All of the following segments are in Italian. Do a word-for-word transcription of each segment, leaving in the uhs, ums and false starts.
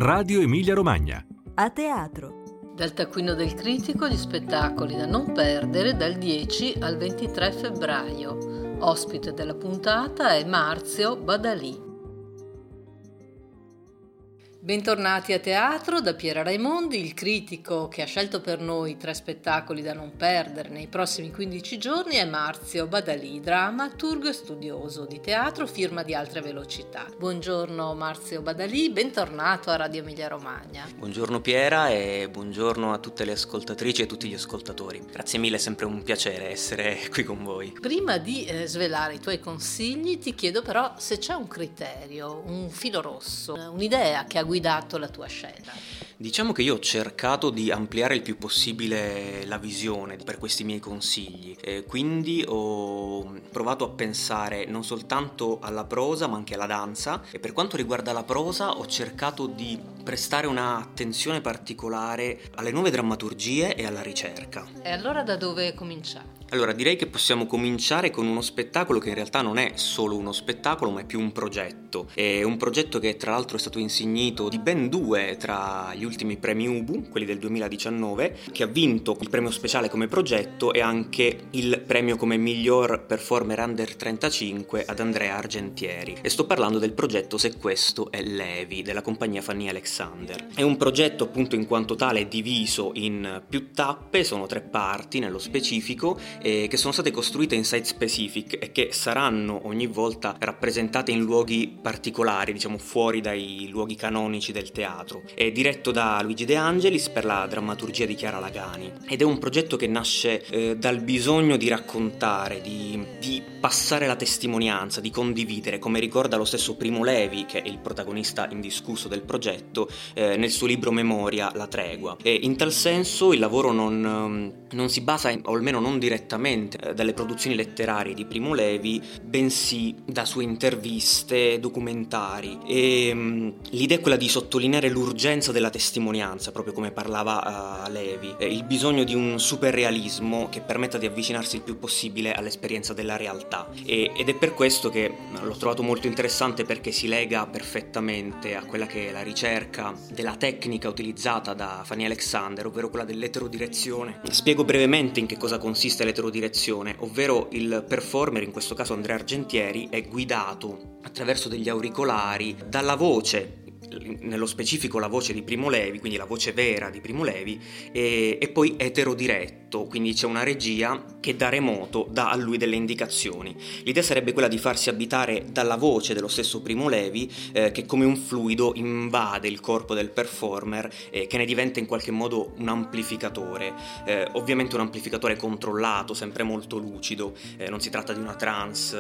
Radio Emilia Romagna. A teatro. Dal taccuino del critico gli spettacoli da non perdere dal dieci al ventitré febbraio. Ospite della puntata è Marzio Badalì. Bentornati a teatro da Piera Raimondi, il critico che ha scelto per noi tre spettacoli da non perdere nei prossimi quindici giorni è Marzio Badalì, drammaturgo e studioso di teatro, firma di Altre Velocità. Buongiorno Marzio Badalì, bentornato a Radio Emilia Romagna. Buongiorno Piera e buongiorno a tutte le ascoltatrici e tutti gli ascoltatori. Grazie mille, è sempre un piacere essere qui con voi. Prima di eh, svelare i tuoi consigli ti chiedo però se c'è un criterio, un filo rosso, un'idea che ha guidato la tua scelta. Diciamo che io ho cercato di ampliare il più possibile la visione per questi miei consigli, e quindi ho provato a pensare non soltanto alla prosa ma anche alla danza, e per quanto riguarda la prosa ho cercato di prestare un'attenzione particolare alle nuove drammaturgie e alla ricerca. E allora da dove cominciare? Allora direi che possiamo cominciare con uno spettacolo che in realtà non è solo uno spettacolo ma è più un progetto. È un progetto che tra l'altro è stato insignito di ben due tra gli ultimi premi Ubu, quelli del duemiladiciannove, che ha vinto il premio speciale come progetto e anche il premio come miglior performer under trentacinque ad Andrea Argentieri. E sto parlando del progetto Se questo è Levi della compagnia Fanny Alexander. È un progetto appunto in quanto tale diviso in più tappe, sono tre parti nello specifico, eh, che sono state costruite in site specific e che saranno ogni volta rappresentate in luoghi particolari, diciamo fuori dai luoghi canonici del teatro. È diretto da Luigi De Angelis per la drammaturgia di Chiara Lagani ed è un progetto che nasce eh, dal bisogno di raccontare, di, di passare la testimonianza, di condividere, come ricorda lo stesso Primo Levi, che è il protagonista indiscusso del progetto, eh, nel suo libro Memoria, La tregua. E in tal senso il lavoro non, non si basa, o almeno non direttamente, eh, dalle produzioni letterarie di Primo Levi, bensì da sue interviste, documentari. E mh, l'idea è quella di sottolineare l'urgenza della testimonianza, proprio come parlava uh, Levi, eh, il bisogno di un superrealismo che permetta di avvicinarsi il più possibile all'esperienza della realtà. E, ed è per questo che l'ho trovato molto interessante, perché si lega perfettamente a quella che è la ricerca della tecnica utilizzata da Fanny Alexander, ovvero quella dell'eterodirezione. Spiego brevemente in che cosa consiste l'eterodirezione, ovvero il performer, in questo caso Andrea Argentieri, è guidato attraverso degli auricolari dalla voce, nello specifico la voce di Primo Levi, quindi la voce vera di Primo Levi, e, e poi eterodiretto, quindi c'è una regia che da remoto dà a lui delle indicazioni. L'idea sarebbe quella di farsi abitare dalla voce dello stesso Primo Levi, eh, che come un fluido invade il corpo del performer e eh, che ne diventa in qualche modo un amplificatore, eh, ovviamente un amplificatore controllato, sempre molto lucido, eh, non si tratta di una trance,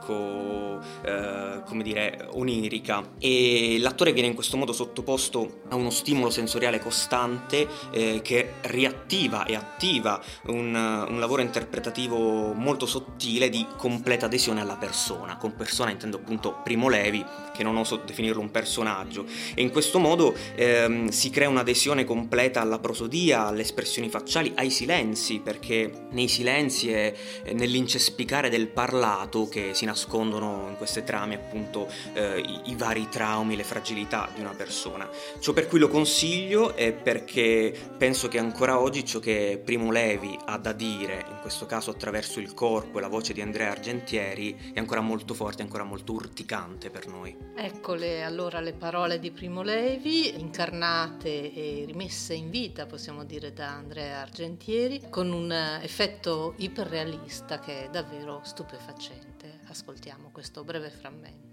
ecco, eh, come dire, onirica, e l'attore viene in questo questo modo sottoposto a uno stimolo sensoriale costante eh, che riattiva e attiva un, un lavoro interpretativo molto sottile di completa adesione alla persona. Con persona intendo appunto Primo Levi, che non oso definirlo un personaggio, e in questo modo ehm, si crea un'adesione completa alla prosodia, alle espressioni facciali, ai silenzi, perché nei silenzi e nell'incespicare del parlato che si nascondono in queste trame appunto eh, i, i vari traumi, le fragilità di una persona. Ciò per cui lo consiglio è perché penso che ancora oggi ciò che Primo Levi ha da dire, in questo caso attraverso il corpo e la voce di Andrea Argentieri, è ancora molto forte, ancora molto urticante per noi. Eccole allora le parole di Primo Levi, incarnate e rimesse in vita, possiamo dire, da Andrea Argentieri, con un effetto iperrealista che è davvero stupefacente. Ascoltiamo questo breve frammento.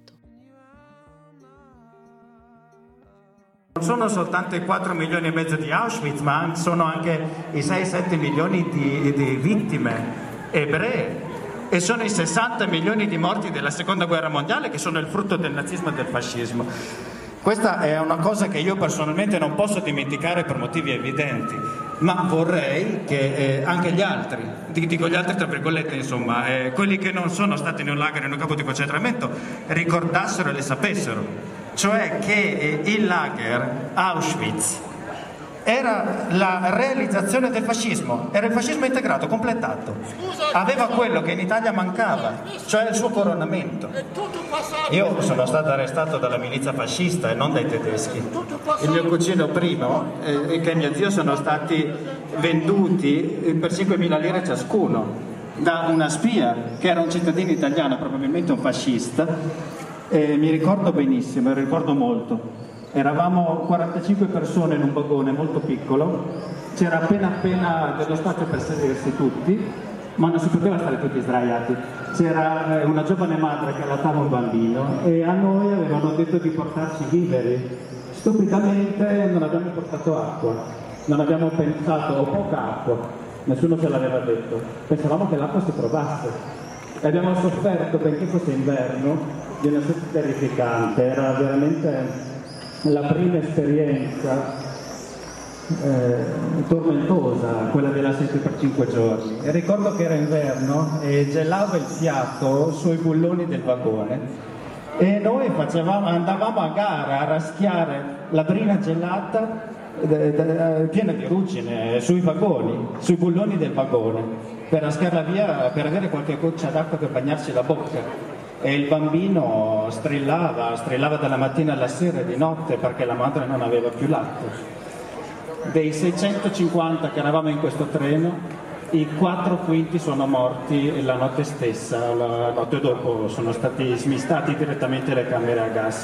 Non sono soltanto i quattro milioni e mezzo di Auschwitz, ma sono anche i sei sette milioni di, di vittime ebree, e sono i sessanta milioni di morti della seconda guerra mondiale, che sono il frutto del nazismo e del fascismo. Questa è una cosa che io personalmente non posso dimenticare per motivi evidenti, ma vorrei che eh, anche gli altri, dico gli altri tra virgolette, insomma, eh, quelli che non sono stati in un lager, in un campo di concentramento, ricordassero e le sapessero. Cioè che eh, il lager Auschwitz era la realizzazione del fascismo, era il fascismo integrato, completato. Aveva quello che in Italia mancava, cioè il suo coronamento. Io sono stato arrestato dalla milizia fascista e non dai tedeschi. Il mio cugino primo e eh, mio zio sono stati venduti per cinquemila lire ciascuno da una spia che era un cittadino italiano, probabilmente un fascista. E mi ricordo benissimo, mi ricordo molto. Eravamo quarantacinque persone in un vagone molto piccolo, c'era appena appena dello spazio per sedersi tutti, ma non si poteva stare tutti sdraiati. C'era una giovane madre che allattava un bambino e a noi avevano detto di portarci viveri. Stupidamente non abbiamo portato acqua, non abbiamo pensato, o poca acqua, nessuno ce l'aveva detto, pensavamo che l'acqua si trovasse e abbiamo sofferto, benché fosse inverno, di una sete terrificante. Era veramente la prima esperienza eh, tormentosa, quella della sete per cinque giorni. E ricordo che era inverno e gelava il fiato sui bulloni del vagone e noi facevamo, andavamo a gara a raschiare la brina gelata de, de, piena di ruggine sui vagoni, sui bulloni del vagone, per raschiarla via, per avere qualche goccia d'acqua per bagnarci la bocca. E il bambino strillava, strillava dalla mattina alla sera e di notte perché la madre non aveva più latte. Dei seicentocinquanta che eravamo in questo treno, i quattro quinti sono morti la notte stessa, la notte dopo sono stati smistati direttamente alle camere a gas.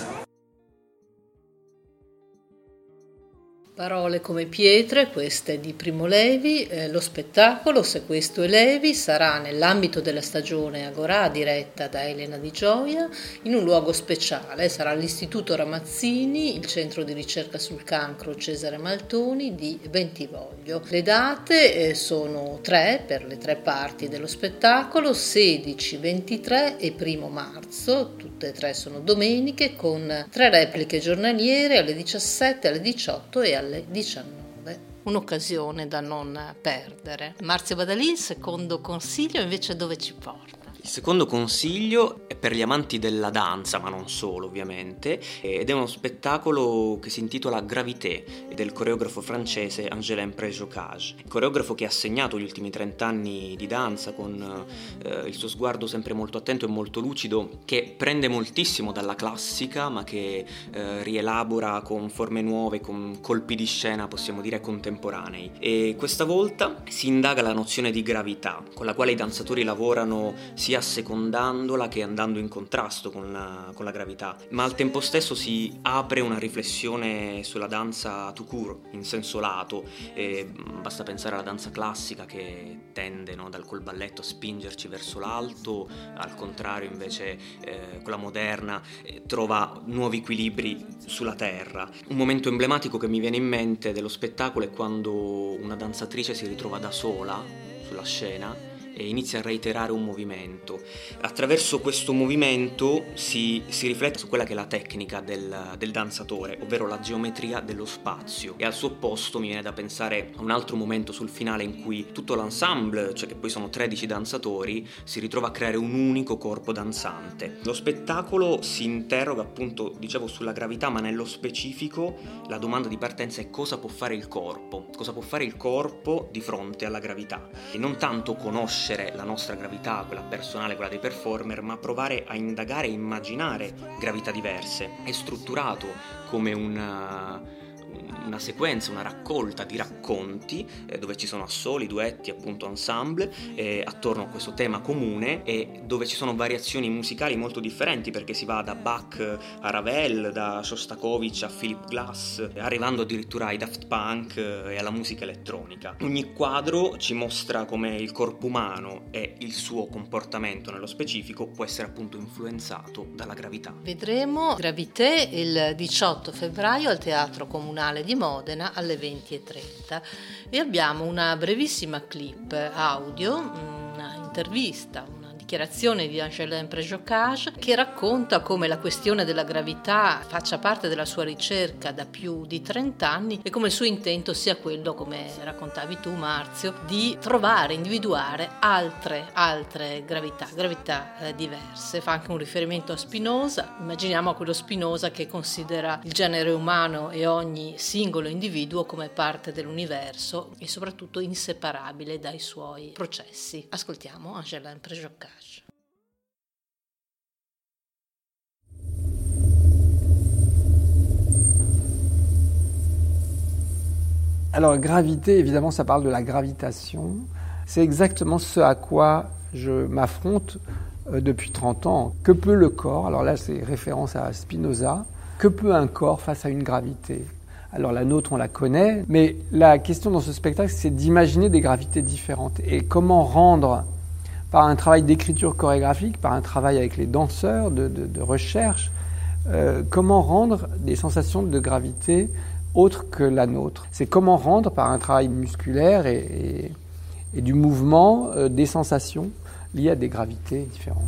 Parole come pietre, queste di Primo Levi. Eh, lo spettacolo Se questo è Levi sarà nell'ambito della stagione Agorà, diretta da Elena Di Gioia, in un luogo speciale. Sarà l'Istituto Ramazzini, il centro di ricerca sul cancro Cesare Maltoni di Bentivoglio. Le date eh, sono tre per le tre parti dello spettacolo, sedici, ventitré e primo marzo, tutte e tre sono domeniche, con tre repliche giornaliere alle diciassette, alle diciotto e alle diciannove. Un'occasione da non perdere. Marzio Badalì, il secondo consiglio invece dove ci porta? Il secondo consiglio è per gli amanti della danza, ma non solo ovviamente, ed è uno spettacolo che si intitola Gravité, del coreografo francese Angelain Préjocage, coreografo che ha segnato gli ultimi trent'anni di danza con eh, il suo sguardo sempre molto attento e molto lucido, che prende moltissimo dalla classica ma che eh, rielabora con forme nuove, con colpi di scena possiamo dire contemporanei. E questa volta si indaga la nozione di gravità con la quale i danzatori lavorano sia assecondandola che andando in contrasto con la, con la gravità, ma al tempo stesso si apre una riflessione sulla danza tout court, in senso lato. E basta pensare alla danza classica che tende, no, dal col balletto a spingerci verso l'alto, al contrario invece eh, quella moderna eh, trova nuovi equilibri sulla terra. Un momento emblematico che mi viene in mente dello spettacolo è quando una danzatrice si ritrova da sola sulla scena e inizia a reiterare un movimento. Attraverso questo movimento si, si riflette su quella che è la tecnica del, del danzatore, ovvero la geometria dello spazio. E al suo opposto mi viene da pensare a un altro momento sul finale in cui tutto l'ensemble, cioè che poi sono tredici danzatori, si ritrova a creare un unico corpo danzante. Lo spettacolo si interroga appunto, dicevo, sulla gravità, ma nello specifico la domanda di partenza è cosa può fare il corpo? Cosa può fare il corpo di fronte alla gravità? E non tanto conoscere la nostra gravità, quella personale, quella dei performer, ma provare a indagare e immaginare gravità diverse. È strutturato come una, una sequenza, una raccolta di racconti eh, dove ci sono assoli, duetti, appunto ensemble eh, attorno a questo tema comune, e dove ci sono variazioni musicali molto differenti, perché si va da Bach a Ravel, da Shostakovich a Philip Glass, arrivando addirittura ai Daft Punk e alla musica elettronica. Ogni quadro ci mostra come il corpo umano e il suo comportamento nello specifico può essere appunto influenzato dalla gravità. Vedremo Gravité il diciotto febbraio al Teatro Comunale di Modena alle venti e trenta, e abbiamo una brevissima clip audio, una intervista, una dichiarazioni di Ange-Alain Préjocage, che racconta come la questione della gravità faccia parte della sua ricerca da più di trenta anni e come il suo intento sia quello, come raccontavi tu Marzio, di trovare, individuare altre, altre gravità, gravità eh, diverse. Fa anche un riferimento a Spinoza, immaginiamo a quello Spinoza che considera il genere umano e ogni singolo individuo come parte dell'universo e soprattutto inseparabile dai suoi processi. Ascoltiamo Ange-Alain Préjocage. Alors, gravité, évidemment, ça parle de la gravitation. C'est exactement ce à quoi je m'affronte euh, depuis trente ans. Que peut le corps? Alors là, c'est référence à Spinoza. Que peut un corps face à une gravité? Alors la nôtre, on la connaît, mais la question dans ce spectacle, c'est d'imaginer des gravités différentes. Et comment rendre, par un travail d'écriture chorégraphique, par un travail avec les danseurs, de, de, de recherche, euh, comment rendre des sensations de gravité autre que la nôtre. C'est comment rendre, par un travail musculaire et, et, et du mouvement, euh, des sensations liées à des gravités différentes.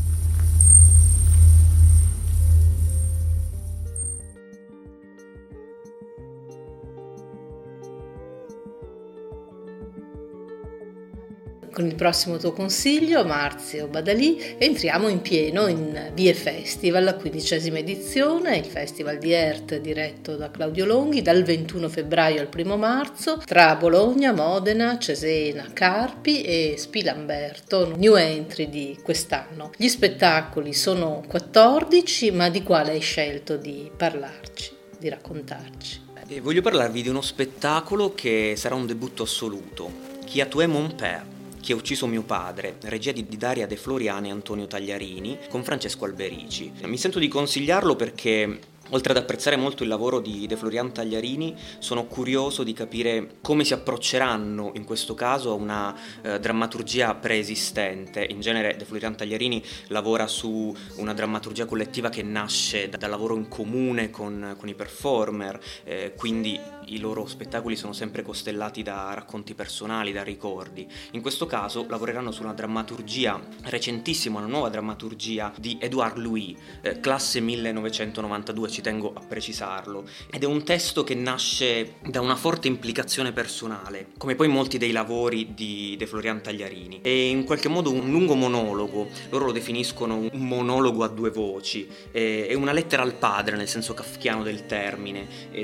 Con il prossimo tuo consiglio, Marzio Badalì, entriamo in pieno in Vie Festival, quindicesima edizione, il Festival di Ert diretto da Claudio Longhi dal ventuno febbraio al primo marzo tra Bologna, Modena, Cesena, Carpi e Spilamberto, new entry di quest'anno. Gli spettacoli sono quattordici, ma di quale hai scelto di parlarci, di raccontarci? E voglio parlarvi di uno spettacolo che sarà un debutto assoluto, Chi a tué mon père? Chi ha ucciso mio padre, regia di Daria De Floriani e Antonio Tagliarini, con Francesco Alberici. Mi sento di consigliarlo perché, oltre ad apprezzare molto il lavoro di De Florian Tagliarini, sono curioso di capire come si approcceranno in questo caso a una eh, drammaturgia preesistente. In genere De Florian Tagliarini lavora su una drammaturgia collettiva che nasce da, dal lavoro in comune con, con i performer, eh, quindi i loro spettacoli sono sempre costellati da racconti personali, da ricordi. In questo caso lavoreranno su una drammaturgia recentissima, una nuova drammaturgia di Édouard Louis, eh, classe millenovecentonovantadue, ci tengo a precisarlo, ed è un testo che nasce da una forte implicazione personale, come poi molti dei lavori di De Florian Tagliarini. È in qualche modo un lungo monologo, loro lo definiscono un monologo a due voci, è una lettera al padre nel senso kafkiano del termine,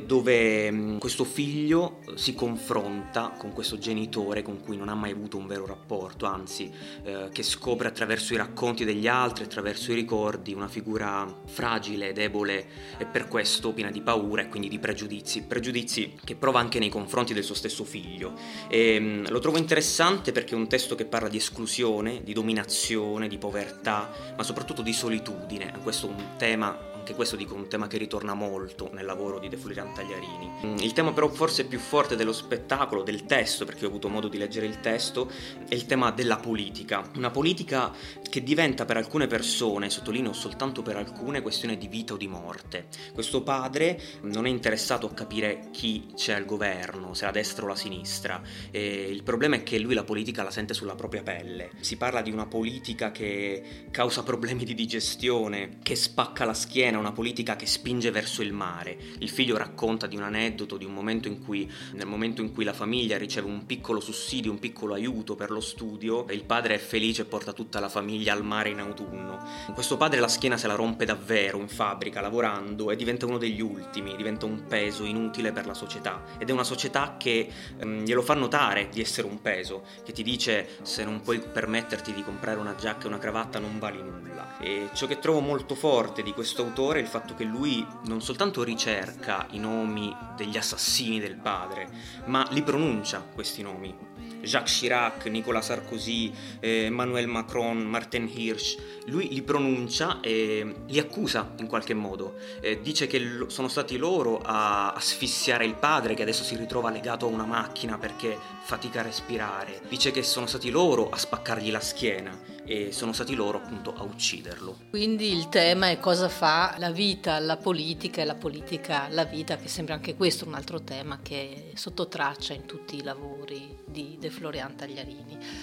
dove questo figlio si confronta con questo genitore con cui non ha mai avuto un vero rapporto, anzi eh, che scopre attraverso i racconti degli altri, attraverso i ricordi, una figura fragile, debole e per questo piena di paura e quindi di pregiudizi, pregiudizi che prova anche nei confronti del suo stesso figlio. E, mh, lo trovo interessante perché è un testo che parla di esclusione, di dominazione, di povertà, ma soprattutto di solitudine. Questo è un tema, anche questo dico, un tema che ritorna molto nel lavoro di De Florian Tagliarini. Il tema però forse più forte dello spettacolo, del testo, perché ho avuto modo di leggere il testo, è il tema della politica. Una politica che diventa per alcune persone, sottolineo soltanto per alcune, questione di vita o di morte. Questo padre non è interessato a capire chi c'è al governo, se la destra o la sinistra. E il problema è che lui la politica la sente sulla propria pelle. Si parla di una politica che causa problemi di digestione, che spacca la schiena, una politica che spinge verso il mare. Il figlio racconta di un aneddoto, di un momento in cui, nel momento in cui la famiglia riceve un piccolo sussidio, un piccolo aiuto per lo studio, il padre è felice e porta tutta la famiglia al mare in autunno. Questo padre la schiena se la rompe davvero in fabbrica, lavorando, e diventa uno degli ultimi, diventa un peso inutile per la società. Ed è una società che ehm, glielo fa notare di essere un peso, che ti dice: se non puoi permetterti di comprare una giacca e una cravatta non vali nulla. E ciò che trovo molto forte di questo autore è il fatto che lui non soltanto ricerca i nomi degli assassini del padre, ma li pronuncia questi nomi. Jacques Chirac, Nicolas Sarkozy, eh, Emmanuel Macron, Martin Hirsch, lui li pronuncia e li accusa in qualche modo. Eh, dice che lo, sono stati loro a asfissiare il padre, che adesso si ritrova legato a una macchina perché fatica a respirare. Dice che sono stati loro a spaccargli la schiena e sono stati loro appunto a ucciderlo. Quindi il tema è cosa fa la vita alla politica e la politica alla vita, che sembra anche questo un altro tema che è sotto traccia in tutti i lavori di De Florian Tagliarini.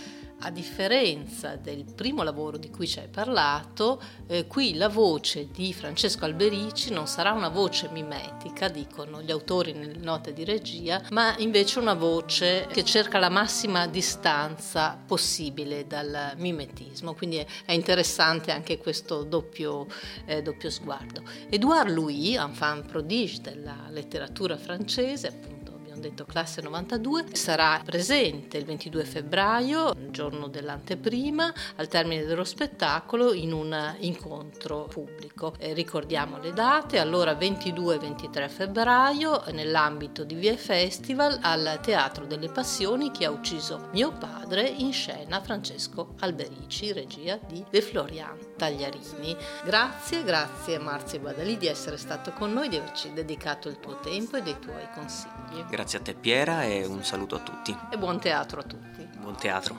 a differenza del primo lavoro di cui ci hai parlato, eh, qui la voce di Francesco Alberici non sarà una voce mimetica, dicono gli autori nelle note di regia, ma invece una voce che cerca la massima distanza possibile dal mimetismo, quindi è, è interessante anche questo doppio, eh, doppio sguardo. Édouard Louis, enfant prodige della letteratura francese, appunto detto classe novantadue, sarà presente il ventidue febbraio, il giorno dell'anteprima, al termine dello spettacolo, in un incontro pubblico. Eh, ricordiamo le date: allora ventidue e ventitré febbraio nell'ambito di Vie Festival al Teatro delle Passioni, Chi ha ucciso mio padre, in scena Francesco Alberici, regia di De Florian Tagliarini. Grazie, grazie Marzio Badalì di essere stato con noi, di averci dedicato il tuo tempo e dei tuoi consigli. Grazie a te Piera e un saluto a tutti. E buon teatro a tutti. Buon teatro.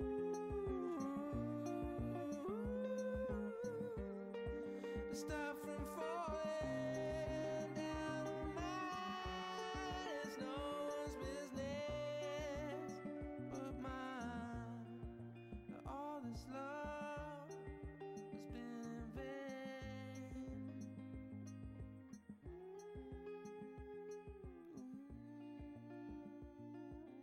Stop.